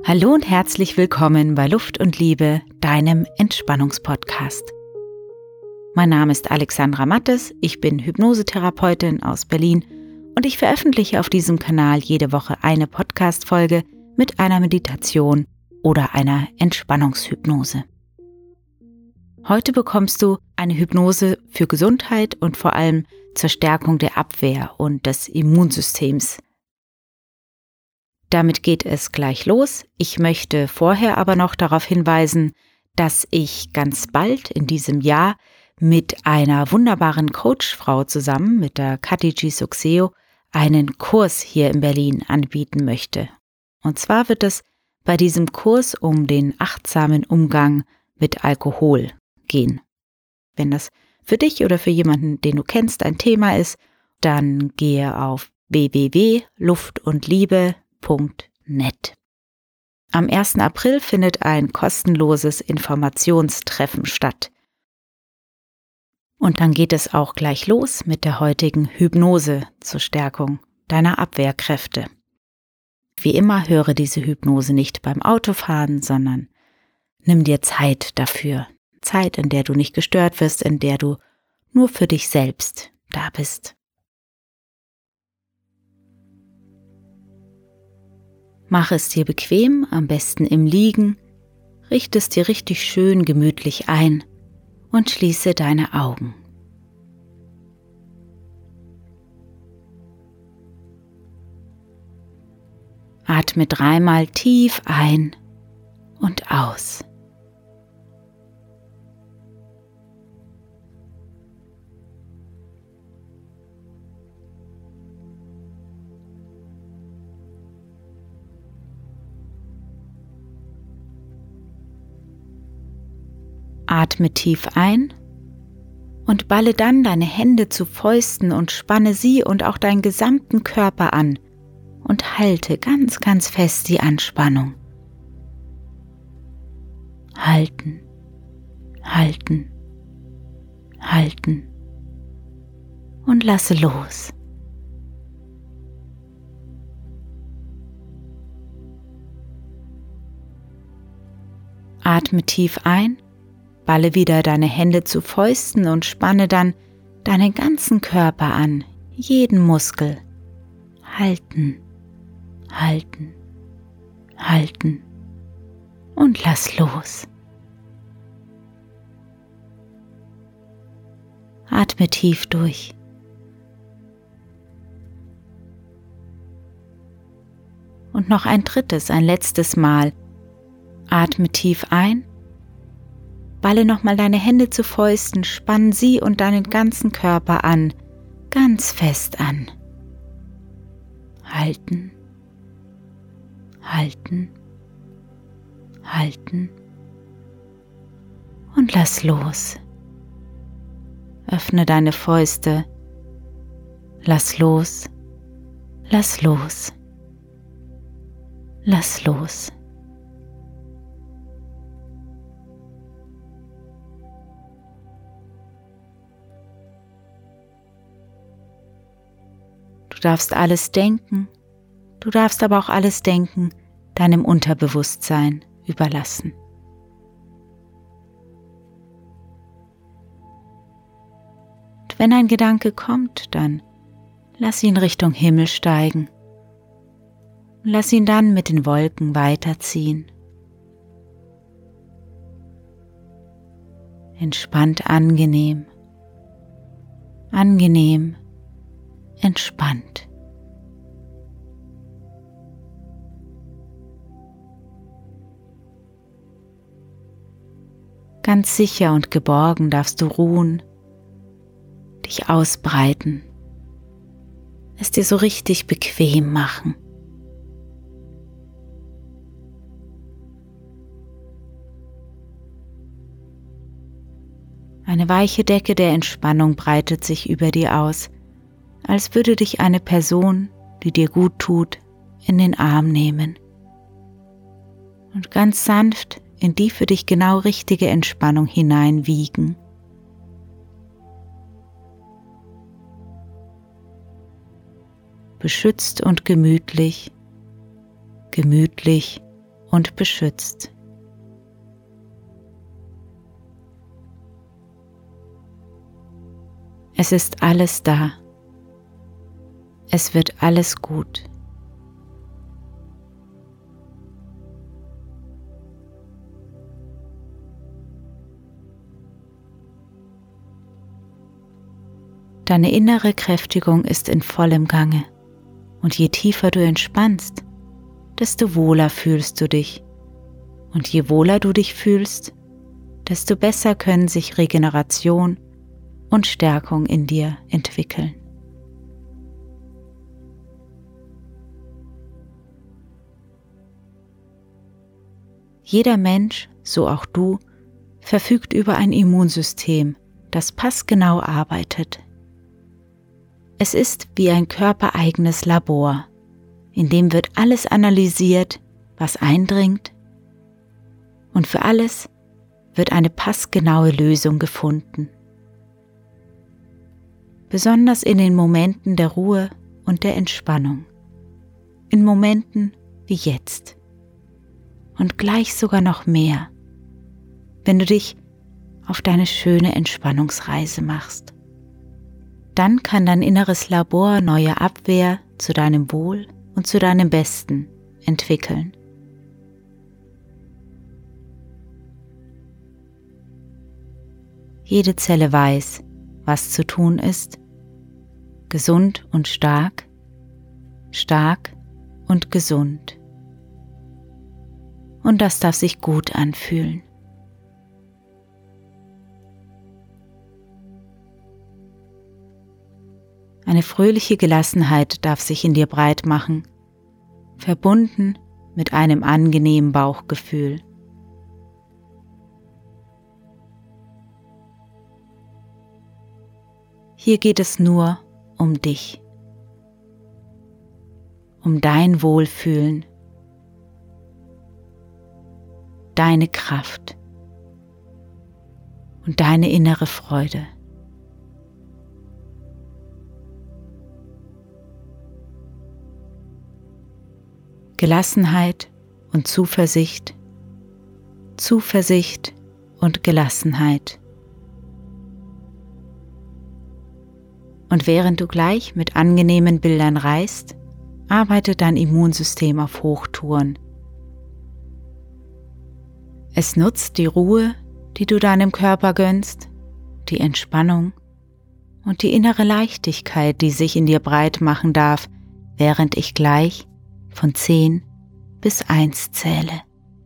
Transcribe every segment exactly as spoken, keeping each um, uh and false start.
Hallo und herzlich willkommen bei Luft und Liebe, deinem Entspannungspodcast. Mein Name ist Alexandra Mattes, ich bin Hypnosetherapeutin aus Berlin und ich veröffentliche auf diesem Kanal jede Woche eine Podcast-Folge mit einer Meditation oder einer Entspannungshypnose. Heute bekommst du eine Hypnose für Gesundheit und vor allem zur Stärkung der Abwehr und des Immunsystems. Damit geht es gleich los. Ich möchte vorher aber noch darauf hinweisen, dass ich ganz bald in diesem Jahr mit einer wunderbaren Coachfrau zusammen, mit der Kati G. Suxeo, einen Kurs hier in Berlin anbieten möchte. Und zwar wird es bei diesem Kurs um den achtsamen Umgang mit Alkohol gehen. Wenn das für dich oder für jemanden, den du kennst, ein Thema ist, dann gehe auf w w w punkt luft und liebe punkt net. Am ersten April findet ein kostenloses Informationstreffen statt. Und dann geht es auch gleich los mit der heutigen Hypnose zur Stärkung deiner Abwehrkräfte. Wie immer höre diese Hypnose nicht beim Autofahren, sondern nimm dir Zeit dafür. Zeit, in der du nicht gestört wirst, in der du nur für dich selbst da bist. Mach es dir bequem, am besten im Liegen, richte es dir richtig schön gemütlich ein und schließe deine Augen. Atme dreimal tief ein und aus. Atme tief ein und balle dann deine Hände zu Fäusten und spanne sie und auch deinen gesamten Körper an und halte ganz, ganz fest die Anspannung. Halten, halten, halten und lasse los. Atme tief ein. Balle wieder deine Hände zu Fäusten und spanne dann deinen ganzen Körper an, jeden Muskel. Halten, halten, halten und lass los. Atme tief durch. Und noch ein drittes, ein letztes Mal. Atme tief ein. Balle nochmal deine Hände zu Fäusten, spann sie und deinen ganzen Körper an, ganz fest an. Halten, halten, halten und lass los. Öffne deine Fäuste, lass los, lass los, lass los. Du darfst alles denken, du darfst aber auch alles Denken deinem Unterbewusstsein überlassen. Und wenn ein Gedanke kommt, dann lass ihn Richtung Himmel steigen und lass ihn dann mit den Wolken weiterziehen. Entspannt, angenehm, angenehm, entspannt. Ganz sicher und geborgen darfst du ruhen, dich ausbreiten, es dir so richtig bequem machen. Eine weiche Decke der Entspannung breitet sich über dir aus, als würde dich eine Person, die dir gut tut, in den Arm nehmen und ganz sanft in die für dich genau richtige Entspannung hineinwiegen. Beschützt und gemütlich, gemütlich und beschützt. Es ist alles da. Es wird alles gut. Deine innere Kräftigung ist in vollem Gange und je tiefer du entspannst, desto wohler fühlst du dich. Und je wohler du dich fühlst, desto besser können sich Regeneration und Stärkung in dir entwickeln. Jeder Mensch, so auch du, verfügt über ein Immunsystem, das passgenau arbeitet. Es ist wie ein körpereigenes Labor, in dem wird alles analysiert, was eindringt, und für alles wird eine passgenaue Lösung gefunden. Besonders in den Momenten der Ruhe und der Entspannung, in Momenten wie jetzt und gleich sogar noch mehr, wenn du dich auf deine schöne Entspannungsreise machst. Dann kann dein inneres Labor neue Abwehr zu deinem Wohl und zu deinem Besten entwickeln. Jede Zelle weiß, was zu tun ist, gesund und stark, stark und gesund. Und das darf sich gut anfühlen. Eine fröhliche Gelassenheit darf sich in dir breit machen, verbunden mit einem angenehmen Bauchgefühl. Hier geht es nur um dich, um dein Wohlfühlen, deine Kraft und deine innere Freude. Gelassenheit und Zuversicht, Zuversicht und Gelassenheit. Und während du gleich mit angenehmen Bildern reist, arbeitet dein Immunsystem auf Hochtouren. Es nutzt die Ruhe, die du deinem Körper gönnst, die Entspannung und die innere Leichtigkeit, die sich in dir breit machen darf, während ich gleich von zehn bis eins zähle.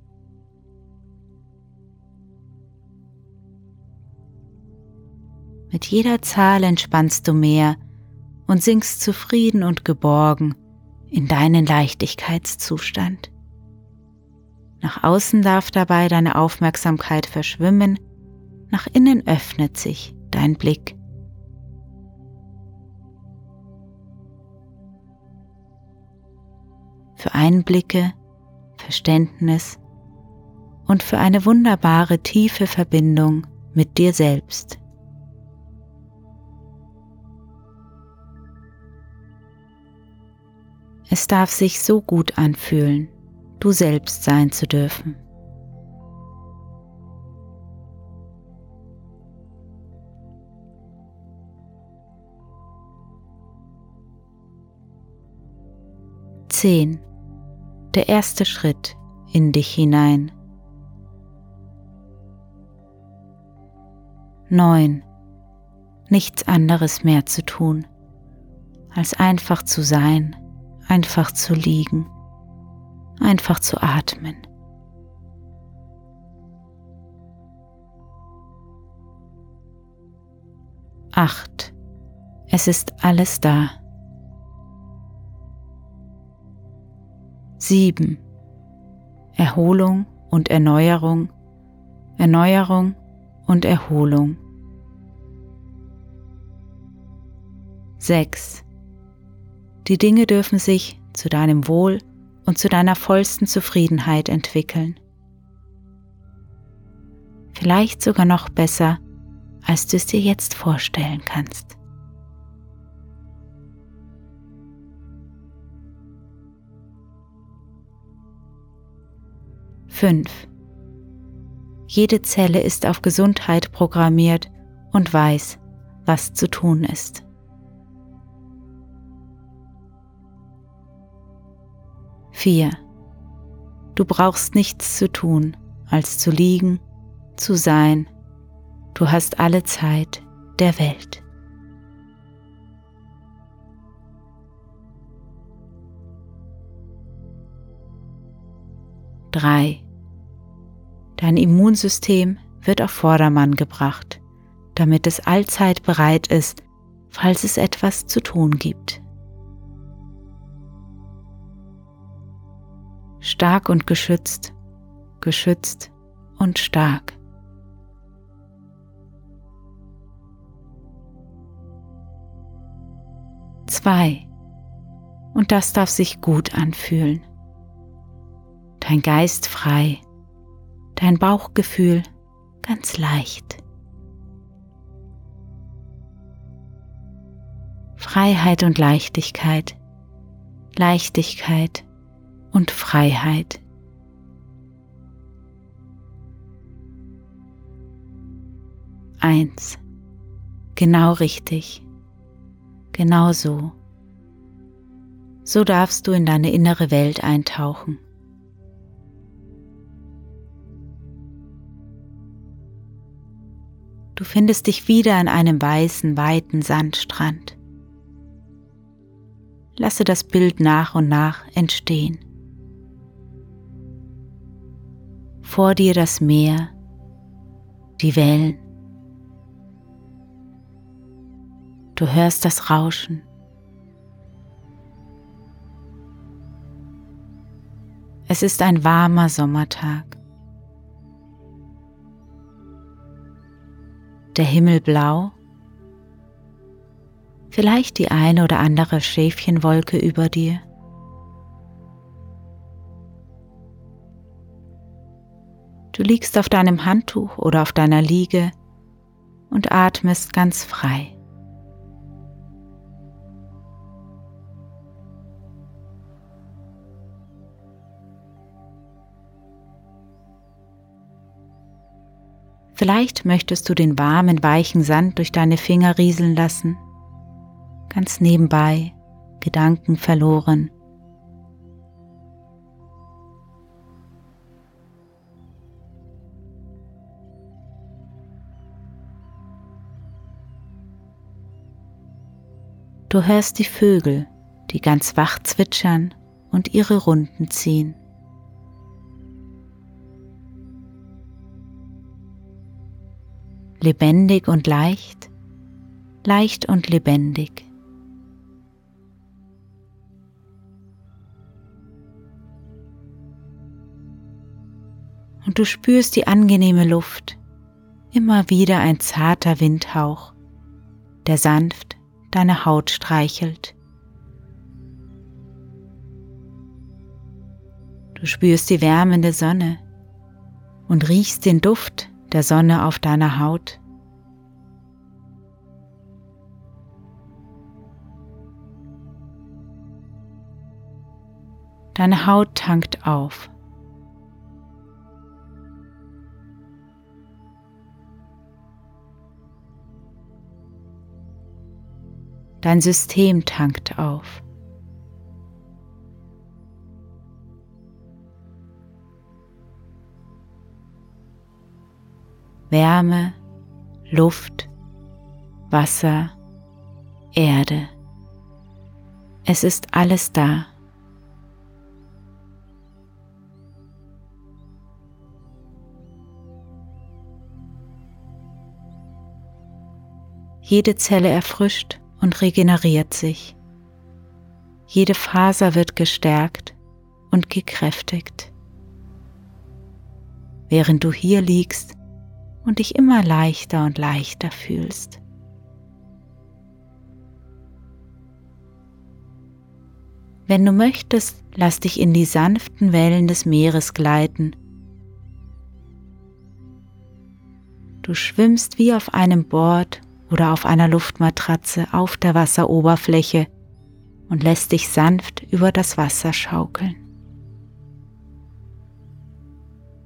Mit jeder Zahl entspannst du mehr und sinkst zufrieden und geborgen in deinen Leichtigkeitszustand. Nach außen darf dabei deine Aufmerksamkeit verschwimmen, nach innen öffnet sich dein Blick. Für Einblicke, Verständnis und für eine wunderbare tiefe Verbindung mit dir selbst. Es darf sich so gut anfühlen, du selbst sein zu dürfen. Zehn. Der erste Schritt in dich hinein. Neun. Nichts anderes mehr zu tun, als einfach zu sein, einfach zu liegen, einfach zu atmen. Acht. Es ist alles da. Sieben. Erholung und Erneuerung, Erneuerung und Erholung. Sechs. Die Dinge dürfen sich zu deinem Wohl und zu deiner vollsten Zufriedenheit entwickeln. Vielleicht sogar noch besser, als du es dir jetzt vorstellen kannst. fünf. Jede Zelle ist auf Gesundheit programmiert und weiß, was zu tun ist. vier. Du brauchst nichts zu tun, als zu liegen, zu sein. Du hast alle Zeit der Welt. drei. Dein Immunsystem wird auf Vordermann gebracht, damit es allzeit bereit ist, falls es etwas zu tun gibt. Stark und geschützt, geschützt und stark. zwei. Und das darf sich gut anfühlen. Dein Geist frei, dein Bauchgefühl ganz leicht. Freiheit und Leichtigkeit, Leichtigkeit und Freiheit. Eins. Genau richtig. Genau so. So darfst du in deine innere Welt eintauchen. Du findest dich wieder an einem weißen, weiten Sandstrand. Lasse das Bild nach und nach entstehen. Vor dir das Meer, die Wellen. Du hörst das Rauschen. Es ist ein warmer Sommertag. Der Himmel blau, vielleicht die eine oder andere Schäfchenwolke über dir. Du liegst auf deinem Handtuch oder auf deiner Liege und atmest ganz frei. Vielleicht möchtest du den warmen, weichen Sand durch deine Finger rieseln lassen, ganz nebenbei, Gedanken verloren. Du hörst die Vögel, die ganz wach zwitschern und ihre Runden ziehen. Lebendig und leicht, leicht und lebendig. Und du spürst die angenehme Luft, immer wieder ein zarter Windhauch, der sanft deine Haut streichelt. Du spürst die wärmende Sonne und riechst den Duft der Sonne auf deiner Haut. Deine Haut tankt auf. Dein System tankt auf. Wärme, Luft, Wasser, Erde. Es ist alles da. Jede Zelle erfrischt und regeneriert sich. Jede Faser wird gestärkt und gekräftigt. Während du hier liegst und dich immer leichter und leichter fühlst. Wenn du möchtest, lass dich in die sanften Wellen des Meeres gleiten. Du schwimmst wie auf einem Board oder auf einer Luftmatratze auf der Wasseroberfläche und lässt dich sanft über das Wasser schaukeln.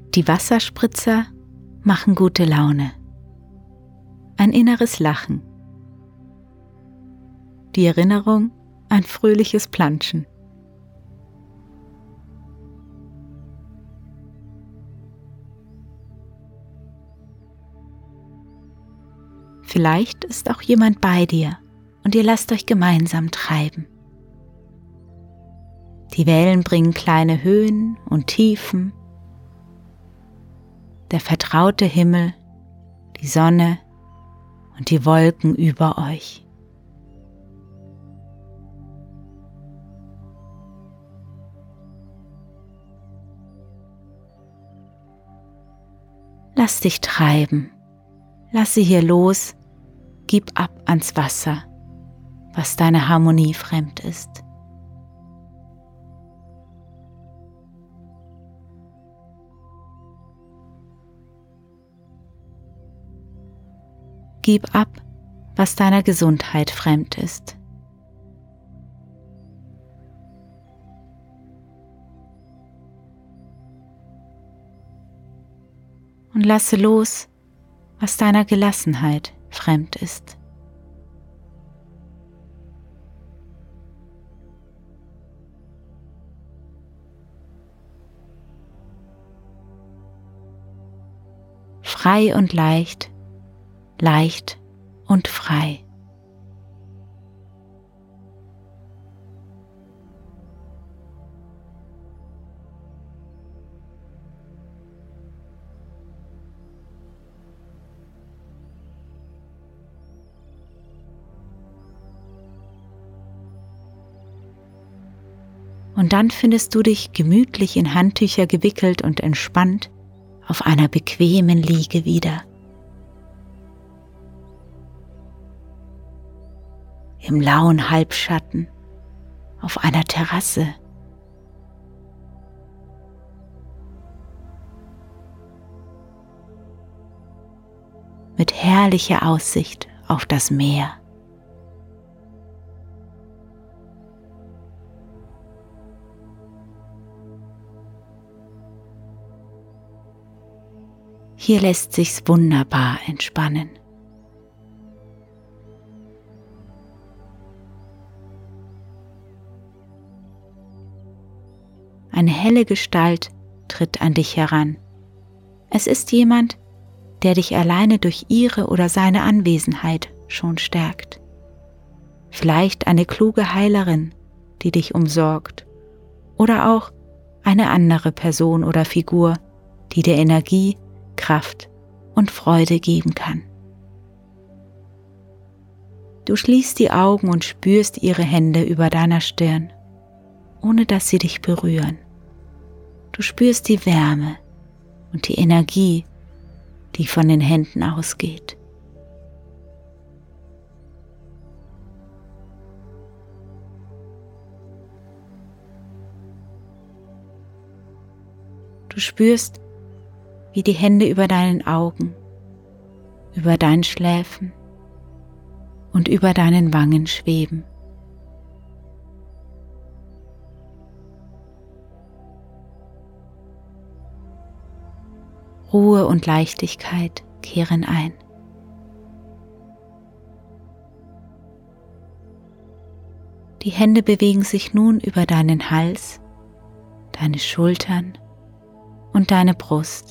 Die Wasserspritzer machen gute Laune. Ein inneres Lachen. Die Erinnerung, ein fröhliches Planschen. Vielleicht ist auch jemand bei dir und ihr lasst euch gemeinsam treiben. Die Wellen bringen kleine Höhen und Tiefen. Der vertraute Himmel, die Sonne und die Wolken über euch. Lass dich treiben, lass sie hier los, gib ab ans Wasser, was deiner Harmonie fremd ist. Gib ab, was deiner Gesundheit fremd ist. Und lasse los, was deiner Gelassenheit fremd ist. Frei und leicht, leicht und frei. Und dann findest du dich gemütlich in Handtücher gewickelt und entspannt auf einer bequemen Liege wieder. Im lauen Halbschatten auf einer Terrasse. Mit herrlicher Aussicht auf das Meer. Hier lässt sich's wunderbar entspannen. Eine helle Gestalt tritt an dich heran. Es ist jemand, der dich alleine durch ihre oder seine Anwesenheit schon stärkt. Vielleicht eine kluge Heilerin, die dich umsorgt, oder auch eine andere Person oder Figur, die dir Energie, Kraft und Freude geben kann. Du schließt die Augen und spürst ihre Hände über deiner Stirn, ohne dass sie dich berühren. Du spürst die Wärme und die Energie, die von den Händen ausgeht. Du spürst, wie die Hände über deinen Augen, über deinen Schläfen und über deinen Wangen schweben. Ruhe und Leichtigkeit kehren ein. Die Hände bewegen sich nun über deinen Hals, deine Schultern und deine Brust.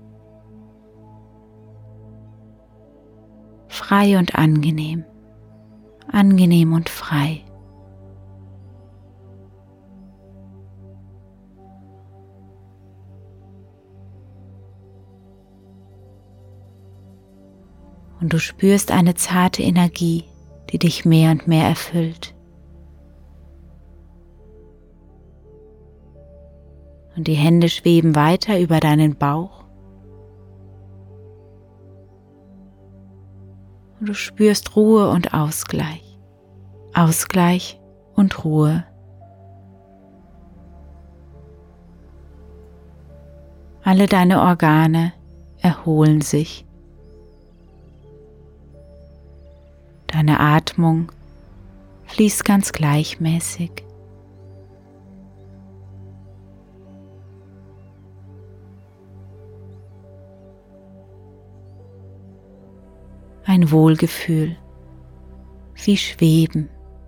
Frei und angenehm, angenehm und frei. Und du spürst eine zarte Energie, die dich mehr und mehr erfüllt. Und die Hände schweben weiter über deinen Bauch. Und du spürst Ruhe und Ausgleich, Ausgleich und Ruhe. Alle deine Organe erholen sich. Deine Atmung fließt ganz gleichmäßig. ein Wohlgefühl, wie Schweben,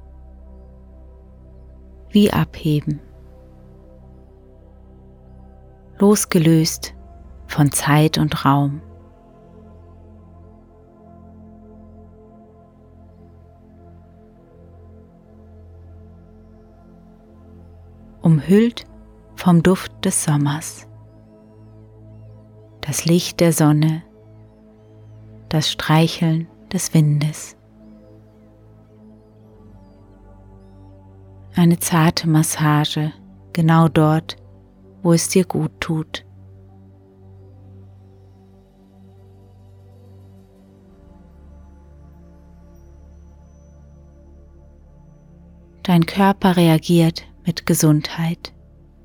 wie Abheben, losgelöst von Zeit und Raum. Umhüllt vom Duft des Sommers, das Licht der Sonne, das Streicheln des Windes. Eine zarte Massage genau dort, wo es dir gut tut. Dein Körper reagiert mit Gesundheit.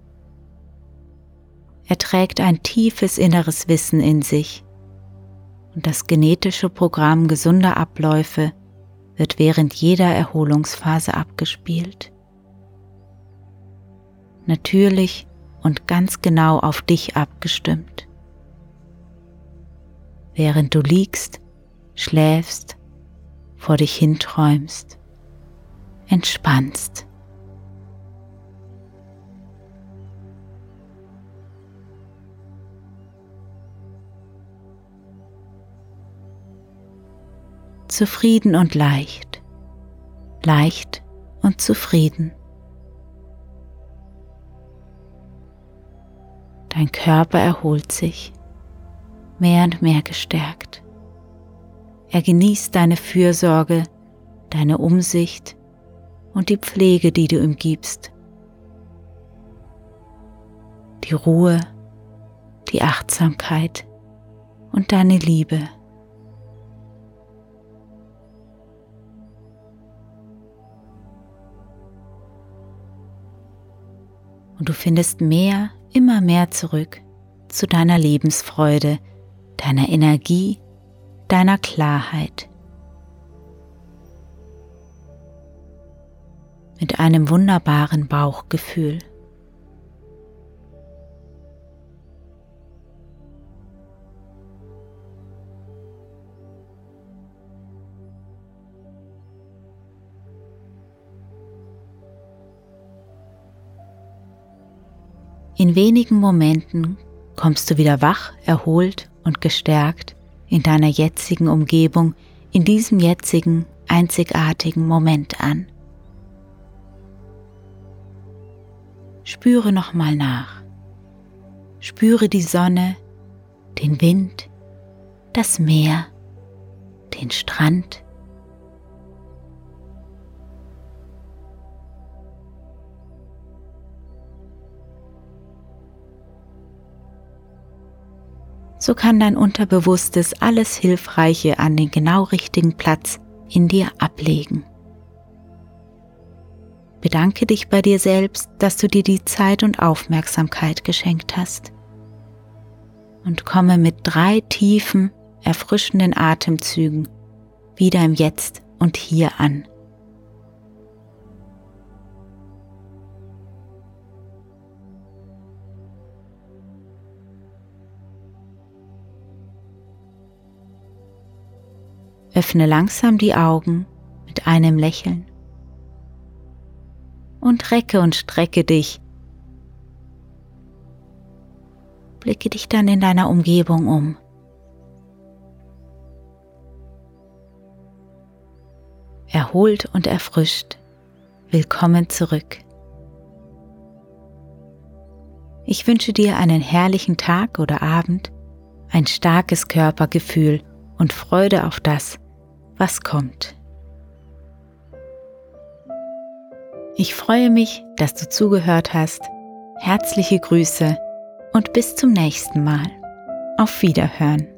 Er trägt ein tiefes inneres Wissen in sich und das genetische Programm gesunder Abläufe wird während jeder Erholungsphase abgespielt. Natürlich und ganz genau auf dich abgestimmt. Während du liegst, schläfst, vor dich hinträumst, entspannst. Zufrieden und leicht, leicht und zufrieden. Dein Körper erholt sich, mehr und mehr gestärkt. Er genießt deine Fürsorge, deine Umsicht und die Pflege, die du ihm gibst. Die Ruhe, die Achtsamkeit und deine Liebe. Und du findest mehr, immer mehr zurück zu deiner Lebensfreude, deiner Energie, deiner Klarheit. Mit einem wunderbaren Bauchgefühl. In wenigen Momenten kommst du wieder wach, erholt und gestärkt in deiner jetzigen Umgebung, in diesem jetzigen, einzigartigen Moment an. Spüre nochmal nach. Spüre die Sonne, den Wind, das Meer, den Strand. So kann dein Unterbewusstes alles Hilfreiche an den genau richtigen Platz in dir ablegen. Bedanke dich bei dir selbst, dass du dir die Zeit und Aufmerksamkeit geschenkt hast. Und komme mit drei tiefen, erfrischenden Atemzügen wieder im Jetzt und Hier an. Öffne langsam die Augen mit einem Lächeln und recke und strecke dich. Blicke dich dann in deiner Umgebung um. Erholt und erfrischt, willkommen zurück. Ich wünsche dir einen herrlichen Tag oder Abend, ein starkes Körpergefühl und Freude auf das, was kommt. Ich freue mich, dass du zugehört hast. Herzliche Grüße und bis zum nächsten Mal. Auf Wiederhören.